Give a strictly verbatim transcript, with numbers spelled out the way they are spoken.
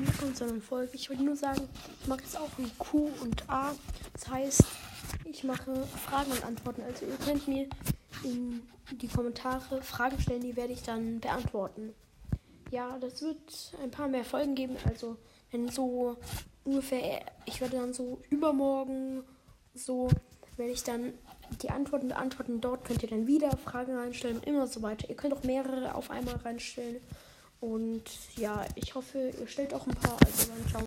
Hintergrund, sondern Folge. Ich wollte nur sagen, ich mache jetzt auch ein Q und A. Das heißt, ich mache Fragen und Antworten. Also ihr könnt mir in die Kommentare Fragen stellen, die werde ich dann beantworten. Ja, das wird ein paar mehr Folgen geben. Also wenn so ungefähr, ich werde dann so übermorgen so, werde ich dann die Antworten beantworten. Dort könnt ihr dann wieder Fragen reinstellen und immer so weiter. Ihr könnt auch mehrere auf einmal reinstellen. Und ja, ich hoffe, ihr stellt auch ein paar. Also dann ciao.